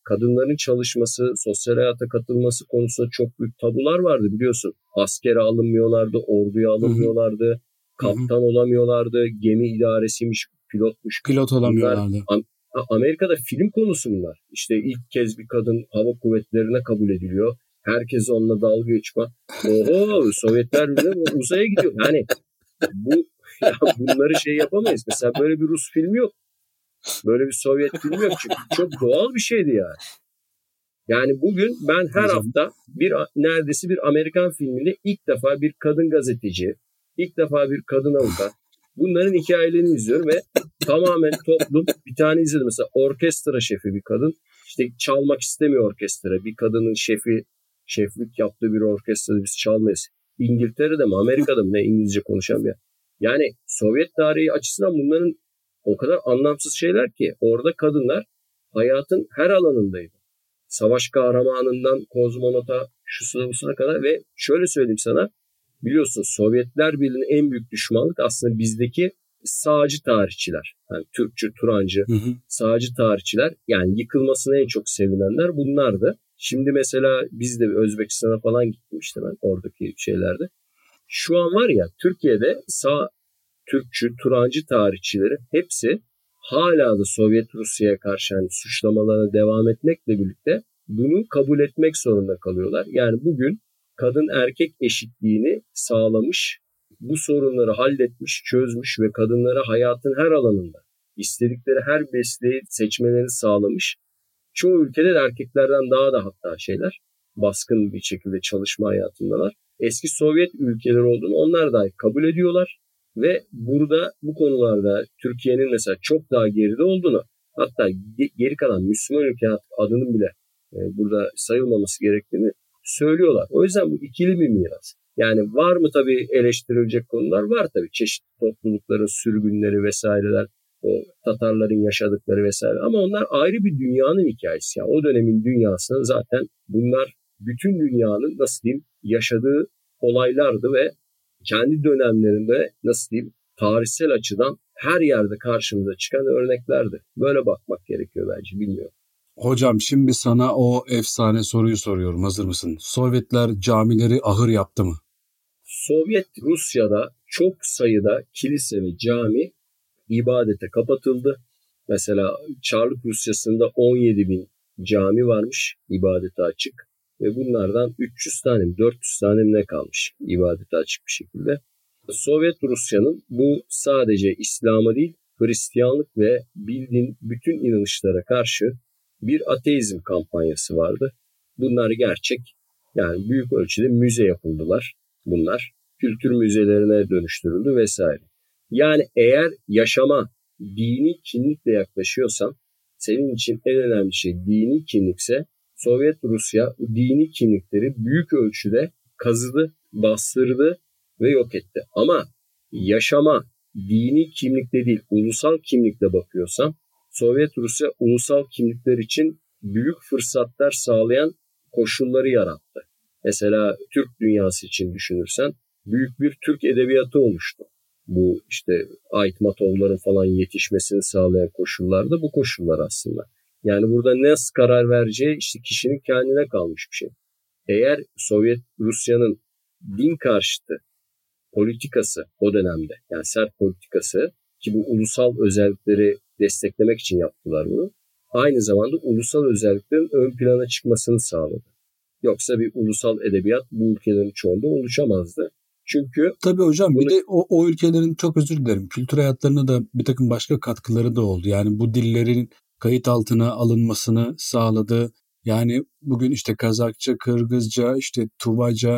kadınların çalışması, sosyal hayata katılması konusunda çok büyük tabular vardı biliyorsun. Askere alınmıyorlardı, orduya alınmıyorlardı, kaptan olamıyorlardı, gemi idaresiymiş, pilotmuş. Pilot olamıyorlardı. Amerika'da film konusu bunlar. İşte ilk kez bir kadın hava kuvvetlerine kabul ediliyor. Herkes onunla dalga geçme. Oho, Sovyetler bile uzaya gidiyor. Yani bunları yapamayız. Mesela böyle bir Rus filmi yok. Böyle bir Sovyet filmi yok. Çünkü çok doğal bir şeydi yani. Yani bugün ben her hafta neredeyse bir Amerikan filminde ilk defa bir kadın gazeteci, ilk defa bir kadın avukat, bunların hikayelerini izliyorum ve tamamen toplum, bir tane izledim mesela, orkestra şefi bir kadın, işte çalmak istemiyor orkestra, bir kadının şeflik yaptığı bir orkestrada biz çalmayız. İngiltere'de mi, Amerika'da mı ne, İngilizce konuşan bir yer. Yani Sovyet tarihi açısından bunların o kadar anlamsız şeyler ki, orada kadınlar hayatın her alanındaydı. Savaş kahramanından kozmonota, şusuna kadar. Ve şöyle söyleyeyim sana, biliyorsun Sovyetler Birliği'nin en büyük düşmanlık aslında bizdeki sağcı tarihçiler. Yani Türkçü, Turancı, sağcı tarihçiler, yani yıkılmasına en çok sevinenler bunlardı. Şimdi mesela biz de Özbekistan'a falan gittim işte ben oradaki şeylerde. Şu an var ya, Türkiye'de sağ Türkçü, Turancı tarihçileri hepsi hala da Sovyet Rusya'ya karşı suçlamalarına devam etmekle birlikte bunu kabul etmek zorunda kalıyorlar. Yani bugün kadın erkek eşitliğini sağlamış, bu sorunları halletmiş, çözmüş ve kadınlara hayatın her alanında istedikleri her mesleği seçmelerini sağlamış. Çoğu ülkede de erkeklerden daha da hatta baskın bir şekilde çalışma hayatındalar. Eski Sovyet ülkeleri olduğunu onlar dahi kabul ediyorlar. Ve burada bu konularda Türkiye'nin mesela çok daha geride olduğunu, hatta geri kalan Müslüman ülke adının bile burada sayılmaması gerektiğini söylüyorlar. O yüzden bu ikili bir miras. Yani var mı tabii eleştirilecek konular? Var tabii. Çeşitli toplulukların sürgünleri vesaireler, o Tatarların yaşadıkları vesaire. Ama onlar ayrı bir dünyanın hikayesi. Yani o dönemin dünyasında zaten bunlar bütün dünyanın yaşadığı olaylardı ve kendi dönemlerinde tarihsel açıdan her yerde karşımıza çıkan örneklerdi. Böyle bakmak gerekiyor bence, bilmiyorum. Hocam şimdi sana o efsane soruyu soruyorum. Hazır mısın? Sovyetler camileri ahır yaptı mı? Sovyet Rusya'da çok sayıda kilise ve cami ibadete kapatıldı. Mesela Çarlık Rusyası'nda 17 bin cami varmış ibadete açık. Ve bunlardan 300 tane mi 400 tane mi ne kalmış ibadete açık bir şekilde. Sovyet Rusya'nın bu sadece İslam'a değil, Hristiyanlık ve bildiğin bütün inanışlara karşı bir ateizm kampanyası vardı. Bunlar gerçek. Yani büyük ölçüde müze yapıldılar bunlar. Kültür müzelerine dönüştürüldü vesaire. Yani eğer yaşama dini kimlikle yaklaşıyorsan, senin için en önemli şey dini kimlikse, Sovyet Rusya dini kimlikleri büyük ölçüde kazıdı, bastırdı ve yok etti. Ama yaşama dini kimlikle değil, ulusal kimlikle bakıyorsam, Sovyet Rusya ulusal kimlikler için büyük fırsatlar sağlayan koşulları yarattı. Mesela Türk dünyası için düşünürsen büyük bir Türk edebiyatı oluştu. Bu Ait Matovların falan yetişmesini sağlayan koşullar da bu koşullar aslında. Yani burada nasıl karar vereceği kişinin kendine kalmış bir şey. Eğer Sovyet Rusya'nın din karşıtı politikası o dönemde, yani sert politikası, ki bu ulusal özellikleri desteklemek için yaptılar bunu, aynı zamanda ulusal özelliklerin ön plana çıkmasını sağladı. Yoksa bir ulusal edebiyat bu ülkelerin çoğunda oluşamazdı. Çünkü tabii hocam bir de o ülkelerin, çok özür dilerim, kültür hayatlarına da bir takım başka katkıları da oldu. Yani bu dillerin kayıt altına alınmasını sağladı. Yani bugün Kazakça, Kırgızca, Tuvaca,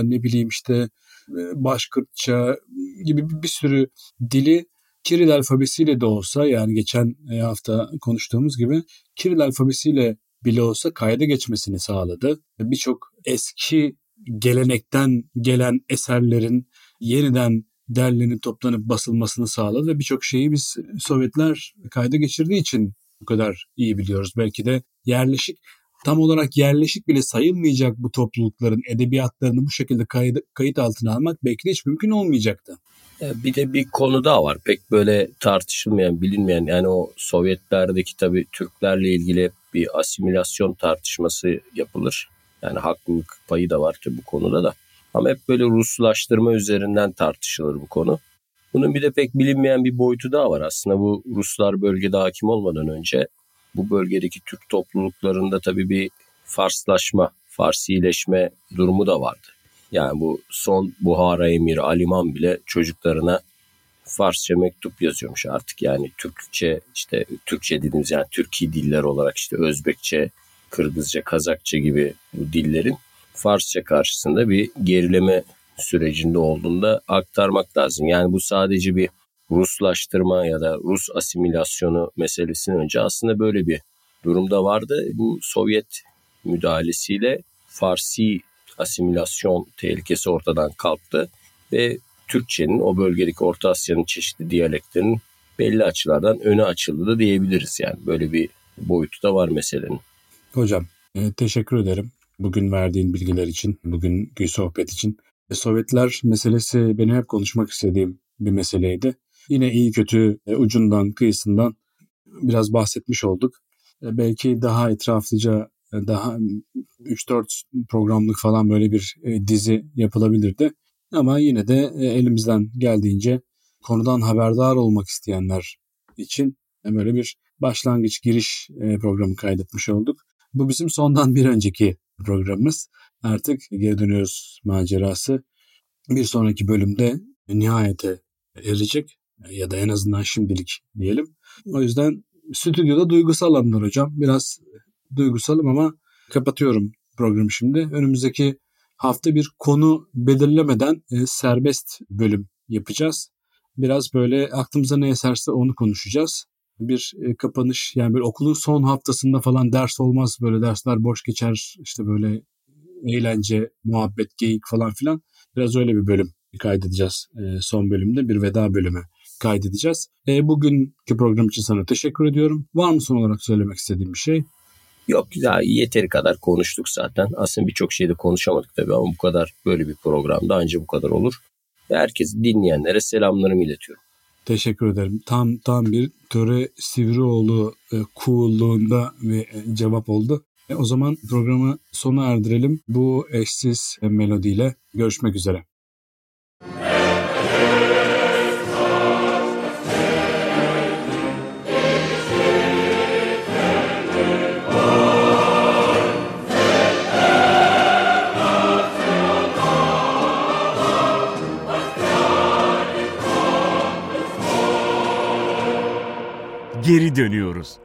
Başkırtça gibi bir sürü dili Kiril alfabesiyle de olsa, yani geçen hafta konuştuğumuz gibi Kiril alfabesiyle bile olsa kayda geçmesini sağladı. Birçok eski gelenekten gelen eserlerin yeniden derlenip toplanıp basılmasını sağladı ve birçok şeyi biz Sovyetler kayda geçirdiği için bu kadar iyi biliyoruz. Belki de tam olarak yerleşik bile sayılmayacak bu toplulukların edebiyatlarını bu şekilde kayıt altına almak belki de hiç mümkün olmayacaktı. Bir de bir konu daha var. Pek böyle tartışılmayan, bilinmeyen, yani o Sovyetlerdeki tabii Türklerle ilgili bir asimilasyon tartışması yapılır. Yani haklılık payı da var ki bu konuda da. Ama hep böyle Ruslaştırma üzerinden tartışılır bu konu. Bunun bir de pek bilinmeyen bir boyutu daha var aslında. Bu Ruslar bölgede hakim olmadan önce bu bölgedeki Türk topluluklarında tabii bir Farslaşma, Farsileşme durumu da vardı. Yani bu son Buhara Emiri Aliman bile çocuklarına Farsça mektup yazıyormuş artık. Yani Türkçe, işte Türkçe dediğimiz yani Türki diller olarak işte Özbekçe, Kırgızca, Kazakça gibi bu dillerin Farsça karşısında bir gerileme sürecinde olduğunu da aktarmak lazım. Yani bu sadece bir Ruslaştırma ya da Rus asimilasyonu meselesinden önce aslında böyle bir durumda vardı. Bu Sovyet müdahalesiyle Farsi asimilasyon tehlikesi ortadan kalktı ve Türkçenin o bölgedeki Orta Asya'nın çeşitli diyaleklerinin belli açılardan öne açıldı da diyebiliriz yani. Böyle bir boyutu da var meselenin. Hocam teşekkür ederim bugün verdiğin bilgiler için, bugünkü sohbet için. Sovyetler meselesi benim hep konuşmak istediğim bir meseleydi. Yine iyi kötü ucundan kıyısından biraz bahsetmiş olduk. Belki daha etraflıca, daha 3-4 programlık falan böyle bir dizi yapılabilirdi. Ama yine de elimizden geldiğince konudan haberdar olmak isteyenler için böyle bir başlangıç giriş programı kaydetmiş olduk. Bu bizim sondan bir önceki programımız. Artık geri dönüyoruz macerası bir sonraki bölümde nihayete erecek ya da en azından şimdilik diyelim. O yüzden stüdyoda duygusal anlar hocam. Biraz duygusalım ama kapatıyorum programı şimdi. Önümüzdeki hafta bir konu belirlemeden serbest bölüm yapacağız. Biraz böyle aklımıza ne eserse onu konuşacağız. Bir kapanış, yani böyle okulun son haftasında falan ders olmaz, böyle dersler boş geçer, işte böyle eğlence, muhabbet, geyik falan filan. Biraz öyle bir bölüm kaydedeceğiz. Son bölümde bir veda bölümü kaydedeceğiz. Bugünkü program için sana teşekkür ediyorum. Var mı son olarak söylemek istediğin bir şey? Yok ya, yeteri kadar konuştuk zaten. Aslında birçok şeyde konuşamadık tabii ama bu kadar, böyle bir programda anca bu kadar olur. Ve herkes, dinleyenlere selamlarımı iletiyorum. Teşekkür ederim. Tam bir Töre Sivrioğlu coolluğunda bir cevap oldu. O zaman programı sona erdirelim. Bu eşsiz melodiyle görüşmek üzere. Geri dönüyoruz.